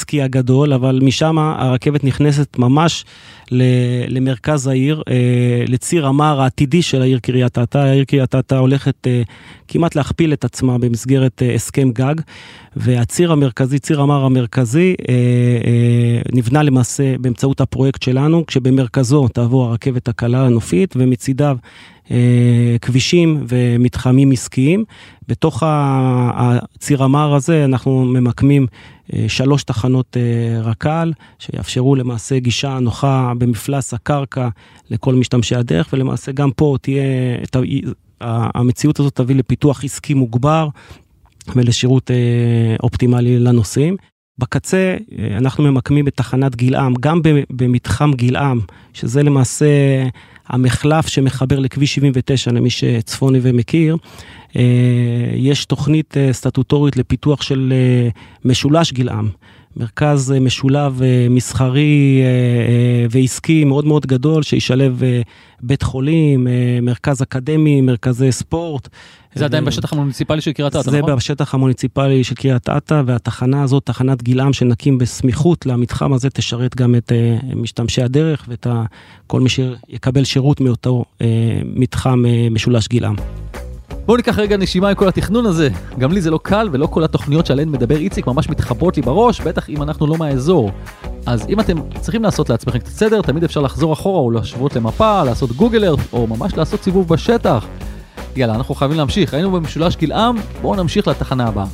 Speaker 1: העסקי הגדול, אבל משם הרכבת נכנסת ממש למרכז העיר, לציר המער העתידי של העיר קריית אתא. העיר קריית אתא הולכת כמעט להכפיל את עצמה במסגרת הסכם גג, והציר המרכזי, ציר המער המרכזי, נבנה למעשה באמצעות הפרויקט שלנו, כשבמרכזו תעבור הרכבת הקלה הנופית, ומצידיו כבישים ומתחמים עסקיים. בתוך הציר המער הזה אנחנו ממקמים 3 תחנות רק"ל, שיאפשרו למעשה גישה נוחה במפלס הקרקע לכל משתמשי הדרך, ולמעשה גם פה המציאות הזאת תביא לפיתוח עסקי מוגבר, ולשירות אופטימלי לנוסעים. בקצה אנחנו ממקמים את תחנת גילעם, גם במתחם גילעם, שזה למעשה המחלף שמחבר לכביש 79, למי שצפוני ומכיר. יש תוכנית סטטוטורית לפיתוח של משולש גילעם, מרכז משולב מסחרי ועסקי מאוד מאוד גדול, שישלב בית חולים, מרכז אקדמי, מרכזי ספורט.
Speaker 3: זה עדיין בשטח המוניציפלי של קריית אתא, נכון?
Speaker 1: זה בשטח המוניציפלי של קריית אתא, והתחנה הזאת, תחנת גילעם שנקים בסמיכות למתחם הזה, תשרת גם את משתמשי הדרך, ואת כל מי שיקבל שירות מאותו מתחם משולש גילעם.
Speaker 3: בואו ניקח רגע נשימה עם כל התכנון הזה. גם לי זה לא קל, ולא כל התוכניות שעליהן מדבר איציק ממש מתחברות לי בראש, בטח אם אנחנו לא מהאזור. אז אם אתם צריכים לעשות לעצמכם קצת סדר, תמיד אפשר לחזור אחורה או להשוות למפה, לעשות גוגל ארת, או ממש לעשות סיבוב בשטח. יאללה, אנחנו חייבים להמשיך. היינו במשולש גילעם, בואו נמשיך לתחנה הבאה.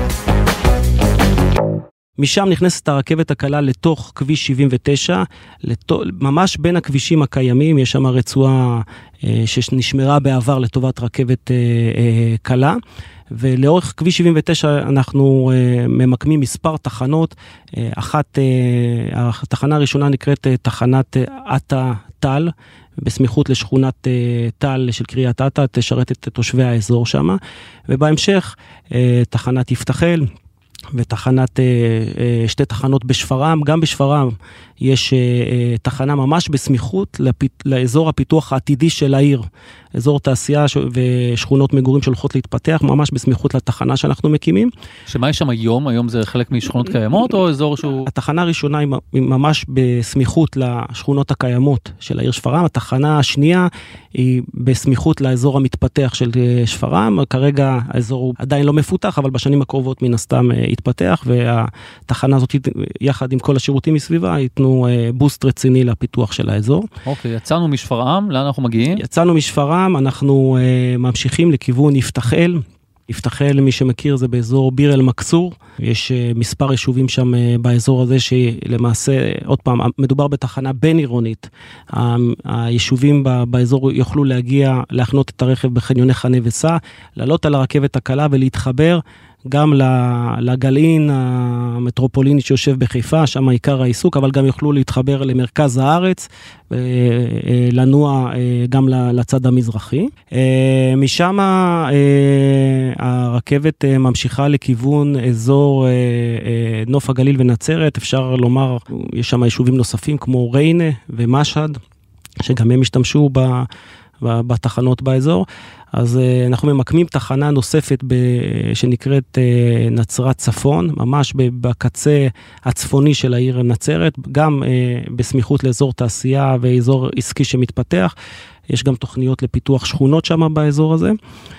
Speaker 1: משם נכנסת הרכבת הקלה לתוך כביש 79, ממש בין הכבישים הקיימים, יש שם רצועה שנשמרה בעבר לטובת רכבת קלה, ולאורך כביש 79 אנחנו ממקמים מספר תחנות. התחנה הראשונה נקראת תחנת אתא טל, בסמיכות לשכונת טל של קריית אתא, תשרת את תושבי האזור שם, ובהמשך תחנת יפתחאל, ותחנת, 2 תחנות בשפרעם. גם בשפרעם יש תחנה ממש בסמיכות לאזור הפיתוח העתידי של העיר, אזור תעשייה ושכונות מגורים שהולכות להתפתח, ממש בסמיכות לתחנה שאנחנו מקימים.
Speaker 3: שמה יש שם היום? היום זה חלק משכונות קיימות או אזור שהוא...
Speaker 1: התחנה הראשונה היא ממש בסמיכות לשכונות הקיימות של העיר שפרעם, התחנה השנייה היא בסמיכות לאזור המתפתח של שפרעם. כרגע האזור הוא עדיין לא מפותח, אבל בשנים הקרובות מן הסתם יתפתח, והתחנה הזאת יחד עם כל השירותים מסביבה ייתנו בוסט רציני לפיתוח של האזור.
Speaker 3: אוקיי, יצאנו משפרעם, לאן אנחנו מגיעים?
Speaker 1: יצאנו משפרעם, אנחנו ממשיכים לכיוון יפתחאל. יפתחאל, מי שמכיר, זה באזור ביר אל מכסור. יש מספר יישובים שם באזור הזה שלמעשה, עוד פעם, מדובר בתחנה בין עירונית. היישובים באזור יוכלו להגיע, להחנות את הרכב בחניוני חנה וסע, לעלות על הרכבת הקלה ולהתחבר גם לגלעין המטרופוליני שיושב בחיפה, שם העיקר העיסוק, אבל גם יוכלו להתחבר למרכז הארץ, לנוע גם לצד המזרחי. משם הרכבת ממשיכה לכיוון אזור נוף הגליל ונצרת, אפשר לומר, יש שם יישובים נוספים כמו ריינה ומשהד, שגם הם השתמשו בתחנות באזור. אז אנחנו ממקמים תחנה נוספת שנקראת נצרת צפון, ממש בקצה הצפוני של העיר נצרת, גם בסמיכות לאזור תעשייה ואזור עסקי שמתפתח. יש גם תוכניות לפיתוח שכונות שם באזור הזה.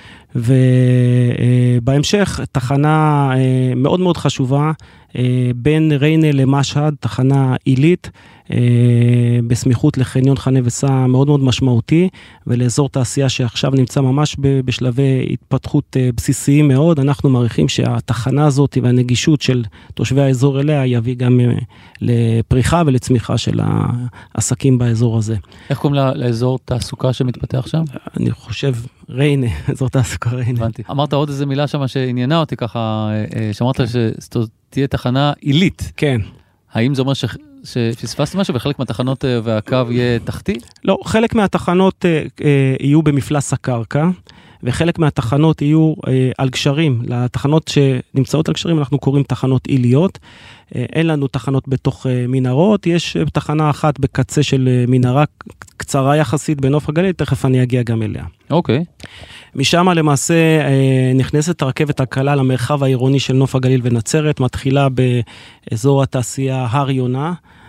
Speaker 1: ובהמשך תחנה מאוד מאוד חשובה בין ריינה למשהד, תחנה עילית, בסמיכות לחניון חנה וסע מאוד מאוד משמעותי, ולאזור תעשייה שעכשיו נמצא ממש בשלבי התפתחות בסיסיים מאוד. אנחנו מעריכים שהתחנה הזאת והנגישות של תושבי האזור אליה יביא גם לפריחה ולצמיחה של העסקים באזור הזה.
Speaker 3: איך קוראים לאזור תעסוקה שמתפתח שם?
Speaker 1: אני חושב ריינה, אזור תעסוקה ריינה.
Speaker 3: הבנתי. אמרת עוד איזה מילה שם שעניינה אותי ככה, שאמרת שתהיה תחנה עילית.
Speaker 1: כן.
Speaker 3: האם זה אומר שפספסתי משהו וחלק מהתחנות והקו יהיה תחתי?
Speaker 1: לא, חלק מהתחנות יהיו במפלס הקרקע, וחלק מהתחנות יהיו על גשרים. לתחנות שנמצאות על גשרים אנחנו קוראים תחנות עיליות. אין לנו תחנות בתוך מנהרות, יש תחנה אחת בקצה של מנהרה קצרה יחסית בנוף הגליל, תכף אני אגיע גם אליה.
Speaker 3: אוקיי.
Speaker 1: משם למעשה נכנסת הרכבת הקלה למרחב העירוני של נוף הגליל ונצרת, מתחילה באזור התעשייה הר יונה,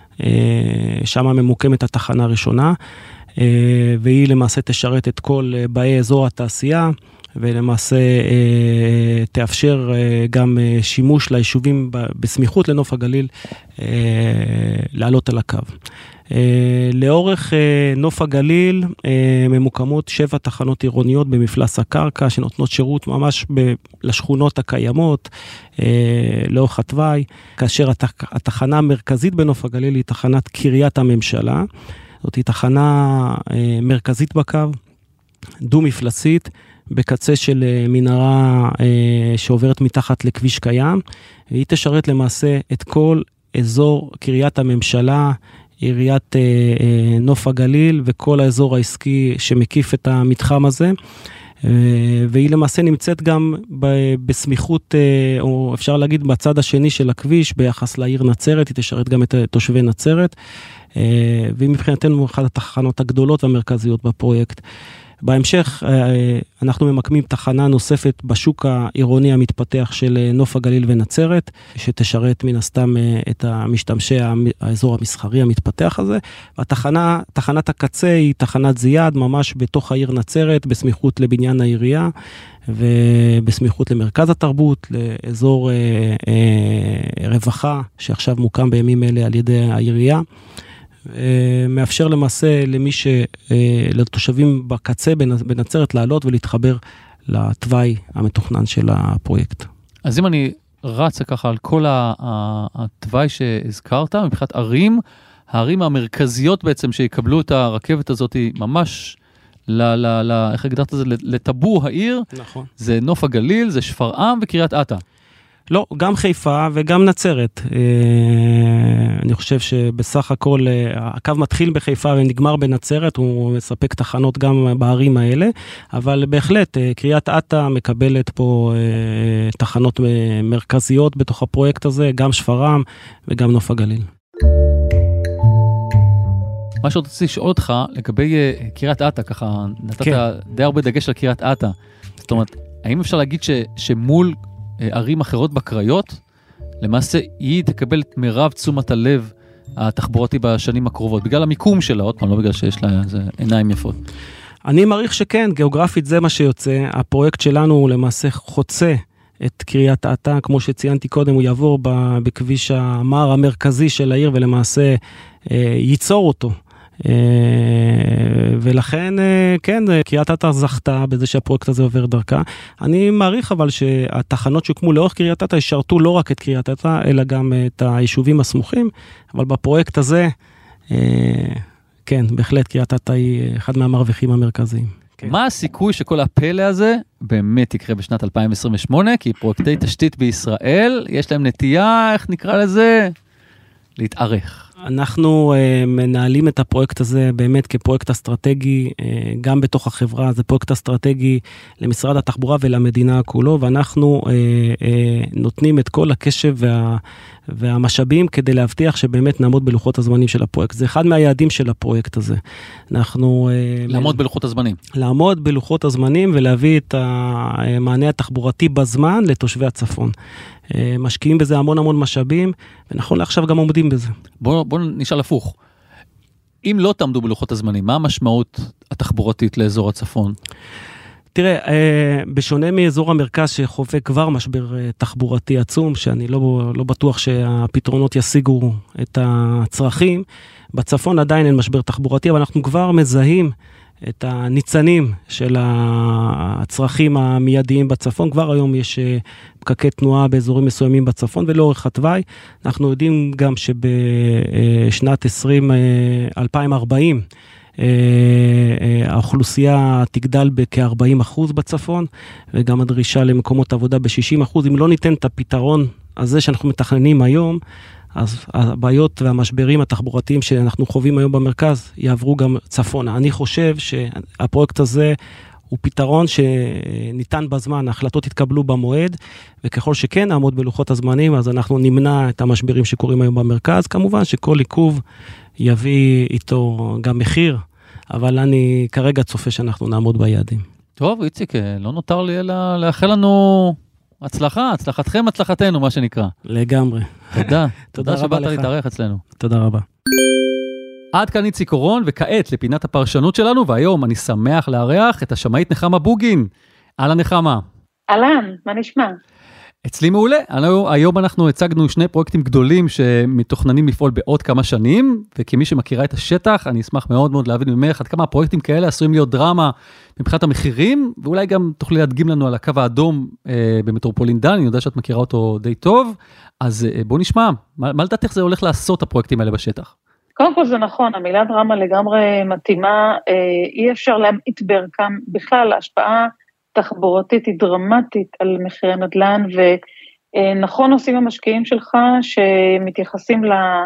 Speaker 1: שם ממוקמת התחנה הראשונה, והיא למעשה תשרת את כל באי אזור התעשייה, ולמעשה תאפשר גם שימוש ליישובים בסמיכות לנוף הגליל לעלות על הקו. לאורך נוף הגליל ממוקמות 7 תחנות עירוניות במפלס הקרקע, שנותנות שירות ממש לשכונות הקיימות, לאורך התוואי, כאשר התחנה המרכזית בנוף הגליל היא תחנת קריית הממשלה, זאת היא תחנה מרכזית בקו, דו-מפלסית, בקצה של מנהרה שעוברת מתחת לכביש קיים, והיא תשרת למעשה את כל אזור קריית הממשלה, עיריית נוף הגליל וכל האזור העסקי שמקיף את המתחם הזה, והיא למעשה נמצאת גם בסמיכות, או אפשר להגיד בצד השני של הכביש, ביחס לעיר נצרת, היא תשרת גם את תושבי נצרת, והיא מבחינתנו אחת התחנות הגדולות והמרכזיות בפרויקט. בהמשך אנחנו ממקמים תחנה נוספת בשוק העירוני המתפתח של נוף הגליל ונצרת, שתשרת מן הסתם את המשתמשי האזור המסחרי המתפתח הזה. תחנת הקצה היא תחנת זיאד, ממש בתוך העיר נצרת, בסמיכות לבניין העירייה, ובסמיכות למרכז התרבות, לאזור רווחה, שעכשיו מוקם בימים אלה על ידי העירייה. מאפשר למעשה לתושבים בקצה בנצרת לעלות ולהתחבר לתוואי המתוכנן של הפרויקט.
Speaker 3: אז אם אני רצה ככה על כל התוואי שהזכרת, מבחינת הערים המרכזיות בעצם שיקבלו את הרכבת הזאת ממש, איך הגדרת את זה? לטבור העיר,
Speaker 1: נכון.
Speaker 3: זה נוף הגליל, זה שפרעם וקריית אתא.
Speaker 1: לא, גם חיפה וגם נצרת. אני חושב שבסך הכל הקו מתחיל בחיפה ונגמר בנצרת, הוא מספק תחנות גם בערים האלה, אבל בהחלט קריית אתא מקבלת פה תחנות מרכזיות בתוך הפרויקט הזה, גם שפרעם וגם נוף הגליל.
Speaker 3: מה שרציתי לשאול אותך לגבי קריית אתא, ככה נתת די הרבה דגש על קריית אתא. זאת אומרת, האם אפשר להגיד שמול ערים אחרות בקריות, למעשה היא תקבל את מירב תשומת הלב התחבורתי בשנים הקרובות, בגלל המיקום שלה, עוד פעם, לא בגלל שיש לה עיניים יפות.
Speaker 1: אני מעריך שכן, גיאוגרפית זה מה שיוצא, הפרויקט שלנו הוא למעשה חוצה את קריית אתא, כמו שציינתי קודם, הוא יעבור בכביש המער המרכזי של העיר, ולמעשה ייצור אותו. ולכן, כן, קריית אתא זכתה בזה שהפרויקט הזה עובר דרכה. אני מעריך אבל שהתחנות שהוקמו לאורך קריית אתא ישרתו לא רק את קריית אתא, אלא גם את היישובים הסמוכים, אבל בפרויקט הזה, כן, בהחלט קריית אתא היא אחד מהמרוויחים המרכזיים. כן.
Speaker 3: מה הסיכוי שכל הפלא הזה באמת יקרה בשנת 2028? כי פרויקטי תשתית בישראל, יש להם נטייה, איך נקרא לזה? להתארך.
Speaker 1: אנחנו מנהלים את הפרויקט הזה באמת כפרויקט אסטרטגי, גם בתוך החברה, זה פרויקט אסטרטגי למשרד התחבורה ולמדינה כולו, ואנחנו נותנים את כל הקשב והמשאבים כדי להבטיח שבאמת נעמוד בלוחות הזמנים של הפרויקט. זה אחד מהיעדים של הפרויקט הזה. אנחנו...
Speaker 3: לעמוד בלוחות הזמנים.
Speaker 1: לעמוד בלוחות הזמנים ולהביא את המענה התחבורתי בזמן לתושבי הצפון. משקיעים בזה המון משאבים, ונכון לעכשיו גם עומדים בזה.
Speaker 3: בואו נשאל הפוך. אם לא תעמדו בלוחות הזמנים, מה המשמעות התחבורתית לאזור הצפון?
Speaker 1: תראה, בשונה מאזור המרכז שחווה כבר משבר תחבורתי עצום, שאני לא בטוח שהפתרונות ישיגו את הצרכים, בצפון עדיין אין משבר תחבורתי, אבל אנחנו כבר מזהים את הניצנים של הצרכים המיידיים בצפון. כבר היום יש פקקי תנועה באזורים מסוימים בצפון ולאורך התוואי. אנחנו יודעים גם שבשנת 2040 האוכלוסייה תגדל בכ-40% בצפון, וגם הדרישה למקומות עבודה ב-60%. אם לא ניתן את הפתרון הזה שאנחנו מתכננים היום, אז הבעיות והמשברים התחבורתיים שאנחנו חווים היום במרכז יעברו גם צפונה. אני חושב שהפרויקט הזה הוא פתרון שניתן בזמן, ההחלטות יתקבלו במועד, וככל שכן נעמוד בלוחות הזמנים, אז אנחנו נמנע את המשברים שקורים היום במרכז. כמובן שכל עיכוב יביא איתו גם מחיר, אבל אני כרגע צופה שאנחנו נעמוד ביעדים.
Speaker 3: טוב, איציק, לא נותר לי אלא לאחל לנו הצלחה, הצלחתכם, הצלחתנו, מה שנקרא.
Speaker 1: לגמרי.
Speaker 3: תודה. תודה שבאת להתארח אצלנו.
Speaker 1: תודה רבה.
Speaker 3: עד כאן איציק אורון, וכעת לפינת הפרשנות שלנו, והיום אני שמח לארח את השמאית נחמה בוגין. אהלן נחמה.
Speaker 4: אהלן, מה נשמע?
Speaker 3: אצלי מעולה. היום אנחנו הצגנו שני פרויקטים גדולים שמתוכננים לפעול בעוד כמה שנים, וכמי שמכירה את השטח, אני אשמח מאוד מאוד להבין ממך עד כמה הפרויקטים כאלה עשויים להיות דרמה מבחינת המחירים, ואולי גם תוכלי להדגים לנו על הקו האדום במטרופולין דן, אני יודע שאת מכירה אותו די טוב, אז בוא נשמע, מה לדעתך זה הולך לעשות הפרויקטים האלה בשטח?
Speaker 4: קודם כל זה נכון, המילה דרמה לגמרי מתאימה, אי אפשר להמעיט בערכם, בכלל ההשפעה תחבורתית היא דרמטית על מחירי נדל"ן, ונכון עושים המשקיעים שלך שמתייחסים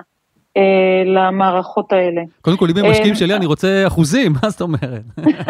Speaker 4: למערכות האלה.
Speaker 3: קודם כל, אם הם משקיעים שלי, אני רוצה אחוזים, מה זאת אומרת?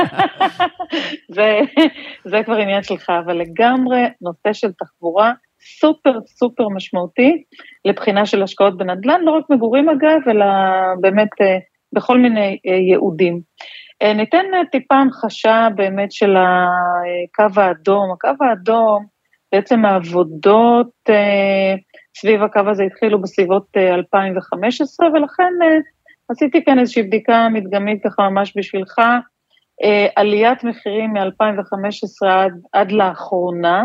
Speaker 4: זה כבר עניין שלך, אבל לגמרי נושא של תחבורה סופר סופר משמעותי לבחינה של השקעות בנדל"ן, לא רק מגורים אגב, אלא באמת בכל מיני ייעודים. ניתן טיפה המחשה באמת של הקו האדום. הקו האדום, בעצם העבודות סביב הקו הזה התחילו בסביבות 2015, ולכן עשיתי כאן איזושהי בדיקה מדגמית ככה ממש בשבילך, עליית מחירים מ-2015 עד לאחרונה.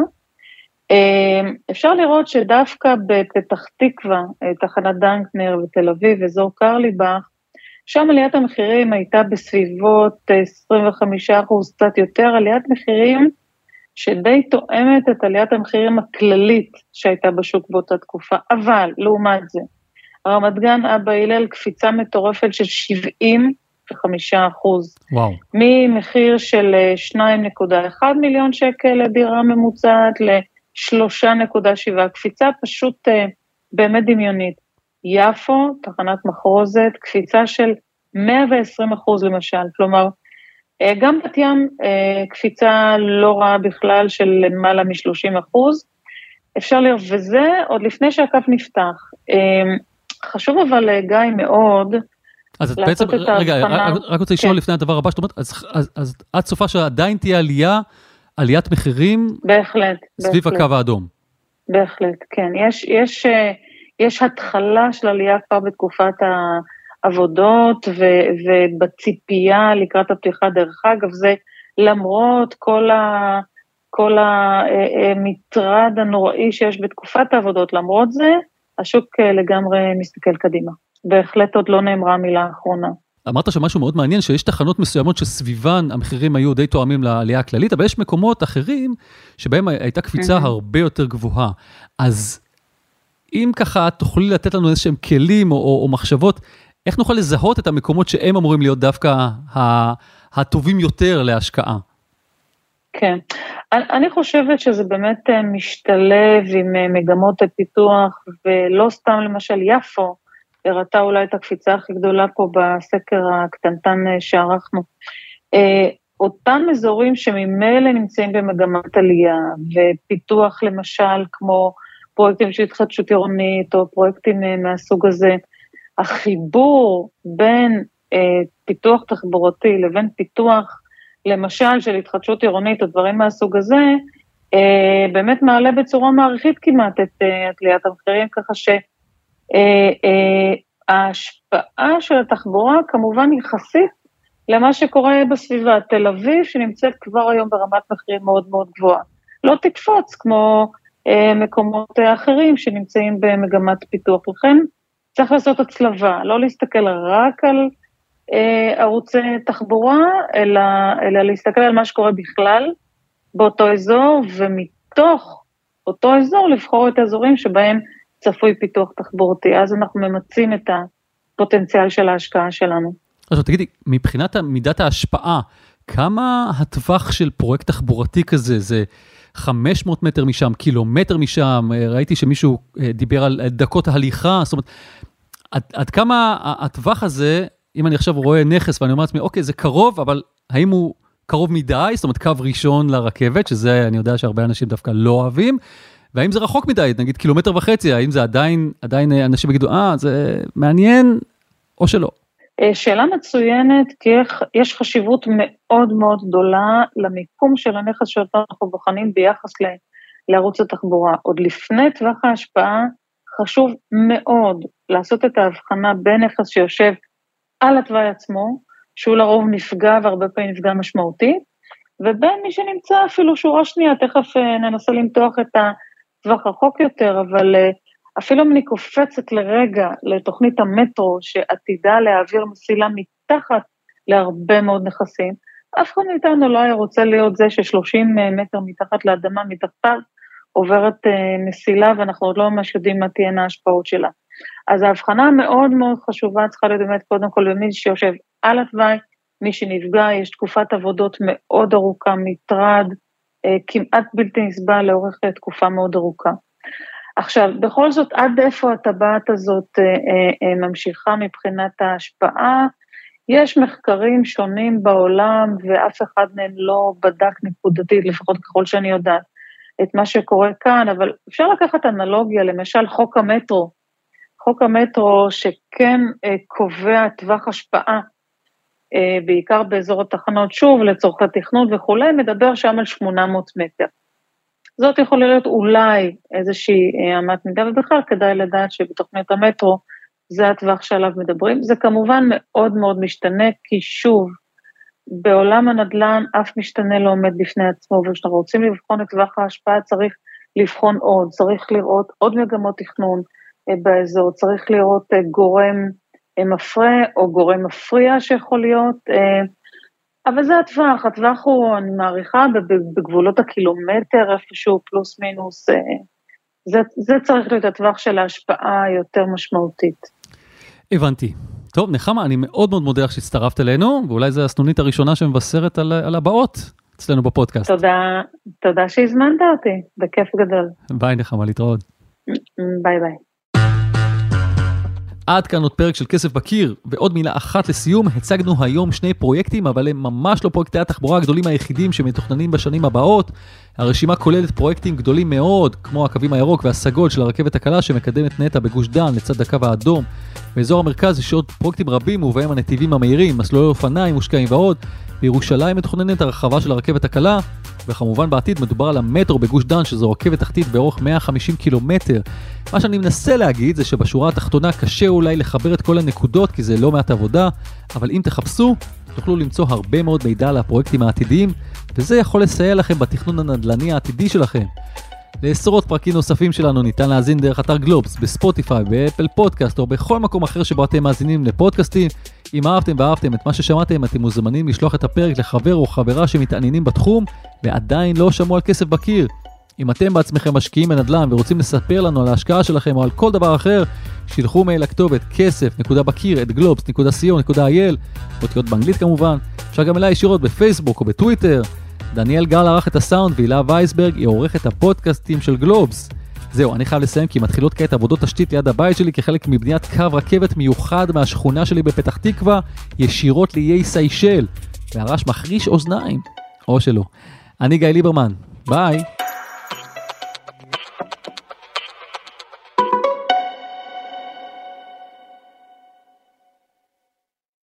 Speaker 4: אפשר לראות שדווקא בפתח תקווה, תחנת דנקנר ותל אביב, אזור קרליבך, שם עליית המחירים הייתה בסביבות 25%, קצת יותר, עליית מחירים שדי תואמת את עליית המחירים הכללית שהייתה בשוק באותה תקופה, אבל לעומת זה, רמת גן אבא הלל קפיצה מטורפת של 75%.
Speaker 3: וואו.
Speaker 4: ממחיר של 2.1 מיליון שקל לדירה ממוצעת ל3.7, קפיצה פשוט באמת דמיונית. יפו, תחנת מחרוזת, קפיצה של 120% למשל, כלומר, גם בת ים קפיצה לא רעה בכלל של למעלה מ-30%, אפשר לראות, וזה עוד לפני שהקו נפתח. חשוב אבל גיא מאוד,
Speaker 3: אז בעצם, רגע, רק רוצה לשאול לפני הדבר הבא, אז עד סופה שעדיין תהיה עליית מחירים,
Speaker 4: בהחלט,
Speaker 3: סביב הקו האדום.
Speaker 4: בהחלט, כן, יש התחלה של עלייה כבר בתקופת העבודות, ובציפייה לקראת הפתיחה, דרך אגב, זה למרות כל המטרד הנוראי שיש בתקופת העבודות, למרות זה, השוק לגמרי מסתכל קדימה. בהחלט עוד לא נאמרה מילה האחרונה.
Speaker 3: אמרת שמשהו מאוד מעניין, שיש תחנות מסוימות שסביבן המחירים היו די תואמים לעלייה הכללית, אבל יש מקומות אחרים שבהם הייתה קפיצה הרבה יותר גבוהה. אז אם ככה תוכלי לתת לנו איזשהם כלים או מחשבות, איך נוכל לזהות את המקומות שהם אמורים להיות דווקא הטובים יותר להשקעה?
Speaker 4: כן, אני חושבת שזה באמת משתלב עם מגמות הפיתוח, ולא סתם למשל יפו, הראתה אולי את הקפיצה הכי גדולה פה בסקר הקטנטן שערכנו. אותם אזורים שממילא נמצאים במגמת עלייה, ופיתוח למשל כמו פרויקטים של התחדשות עירונית, או פרויקטים מהסוג הזה, החיבור בין פיתוח תחבורתי לבין פיתוח, למשל של התחדשות עירונית, או דברים מהסוג הזה, באמת מעלה בצורה מעריכית כמעט את עליית המחירים, ככה שההשפעה של התחבורה כמובן יחסית למה שקורה בסביבה. תל אביב שנמצאת כבר היום ברמת מחירים מאוד מאוד גבוהה, לא תקפוץ כמו מקומות אחרים שנמצאים במגמת פיתוח. לכן צריך לעשות הצלבה, לא להסתכל רק על ערוצי תחבורה, אלא להסתכל על מה שקורה בכלל באותו אזור, ומתוך אותו אזור לבחור את האזורים שבהם צפוי פיתוח תחבורתי. אז אנחנו ממצים את הפוטנציאל של ההשקעה שלנו.
Speaker 3: אז תגידי, מבחינת מידת ההשפעה, כמה הטווח של פרויקט תחבורתי כזה? זה 500 מטר משם, קילומטר משם? ראיתי שמישהו דיבר על דקות ההליכה, זאת אומרת, עד כמה הטווח הזה, אם אני עכשיו רואה נכס ואני אומר לעצמי, אוקיי, זה קרוב, אבל האם הוא קרוב מדי, זאת אומרת קו ראשון לרכבת, שזה אני יודע שהרבה אנשים דווקא לא אוהבים, והאם זה רחוק מדי, נגיד 1.5 קילומטר, האם זה עדיין אנשים יגידו, זה מעניין או שלא?
Speaker 4: שאלה מצוינת, כי יש חשיבות מאוד מאוד גדולה למיקום של הנכס שאותו אנחנו בוחנים ביחס לערוץ התחבורה. עוד לפני טווח ההשפעה, חשוב מאוד לעשות את ההבחנה בין נכס שיושב על התוואי עצמו, שהוא לרוב נפגע והרבה פעמים נפגע משמעותי, ובין מי שנמצא אפילו שורה שנייה, תכף ננסה למתוח את הטווח רחוק יותר, אבל אפילו אם אני קופצת לרגע לתוכנית המטרו, שעתידה להעביר מסילה מתחת להרבה מאוד נכסים, אף אחד מאיתנו לא היה רוצה להיות זה ש30 מטר מתחת לאדמה, מתחתיו, עוברת מסילה, ואנחנו עוד לא ממש יודעים מה תהיינה ההשפעות שלה. אז ההבחנה מאוד מאוד חשובה, צריכה להיות באמת קודם כל במי שיושב על התוואי, מי שנפגע, יש תקופת עבודות מאוד ארוכה, מטרד, כמעט בלתי נסבל לאורך תקופה מאוד ארוכה. עכשיו, בכל זאת, עד איפה הטבעת הזאת ממשיכה מבחינת ההשפעה, יש מחקרים שונים בעולם, ואף אחד מהם לא בדק נקודתית, לפחות ככל שאני יודעת, את מה שקורה כאן, אבל אפשר לקחת אנלוגיה, למשל חוק המטרו שכן קובע טווח השפעה, בעיקר באזור התחנות, שוב, לצורך התכנון וכולי, מדבר שם על 800 מטר. זאת יכולה להיות אולי איזושהי אמת מידה, ובכלל כדאי לדעת שבתוכנית המטרו, זה הטווח שעליו מדברים. זה כמובן מאוד מאוד משתנה, כי שוב, בעולם הנדל"ן אף משתנה לא עומד בפני עצמו, וכשאנחנו רוצים לבחון את טווח ההשפעה, צריך לבחון עוד, צריך לראות עוד מגמות תכנון באזור, צריך לראות גורם מפרה או גורם מפריע שיכול להיות, אבל זה הטווח הוא, אני מעריכה, בגבולות הקילומטר, איפשהו פלוס מינוס, זה צריך להיות הטווח של ההשפעה יותר משמעותית.
Speaker 3: הבנתי. טוב, נחמה, אני מאוד מאוד מודה לך שהצטרפת אלינו, ואולי זו הסנונית הראשונה שמבשרת על הבאות אצלנו בפודקאסט.
Speaker 4: תודה שהזמנת אותי, בכיף גדול.
Speaker 3: ביי נחמה, להתראות.
Speaker 4: ביי ביי.
Speaker 3: עד כאן עוד פרק של כסף בקיר, ועוד מילה אחת לסיום, הצגנו היום 2 פרויקטים, אבל הם ממש לא פרויקטי התחבורה הגדולים היחידים שמתוכננים בשנים הבאות. הרשימה כוללת פרויקטים גדולים מאוד, כמו הקווים הירוק והסגול של הרכבת הקלה שמקדמת נטע בגוש דן לצד הקו האדום. באזור המרכז יש עוד פרויקטים רבים, ובהם הנתיבים המהירים, מסלולי אופניים מושקעים ועוד. בירושלים מתוכננת הרחבה של הרכבת הקלה, וכמובן בעתיד מדובר על המטרו בגוש דן, שזו רכבת תחתית באורך 150 קילומטר. מה שאני מנסה להגיד זה שבשורה התחתונה קשה אולי לחבר את כל הנקודות, כי זה לא מעט עבודה, אבל אם תחפשו, תוכלו למצוא הרבה מאוד מידע על הפרויקטים העתידיים, וזה יכול לסייע לכם בתכנון הנדל"ני העתידי שלכם. לעשרות פרקים נוספים שלנו ניתן להאזין דרך אתר גלובס, בספוטיפיי, באפל פודקאסט, או בכל מקום אחר שבו אתם מאזינים לפודקאסטים. אם אהבתם ואהבתם את מה ששמעתם, אתם מוזמנים לשלוח את הפרק לחבר או חברה שמתעניינים בתחום, ועדיין לא שמעו על כסף בקיר. אם אתם בעצמכם משקיעים בנדל"ן ורוצים לספר לנו על ההשקעה שלכם או על כל דבר אחר, שילחו מייל לכתובת כסף.בקיר@globs.co.il, אותיות באנגלית כמובן. אפשר גם אליי ישירות בפייסבוק או בטוויטר. דניאל גל ערך את הסאונד, והילה וייסברג היא עורכת הפודקאסטים של גלובס. זהו, אני חייב לסיים כי מתחילות כעת עבודות תשתית ליד הבית שלי כחלק מבניית קו רכבת מיוחד מהשכונה שלי בפתח תקווה, ישירות לאיי סיישל, והרעש מחריש אוזניים, או שלא. אני גיא ליברמן, ביי.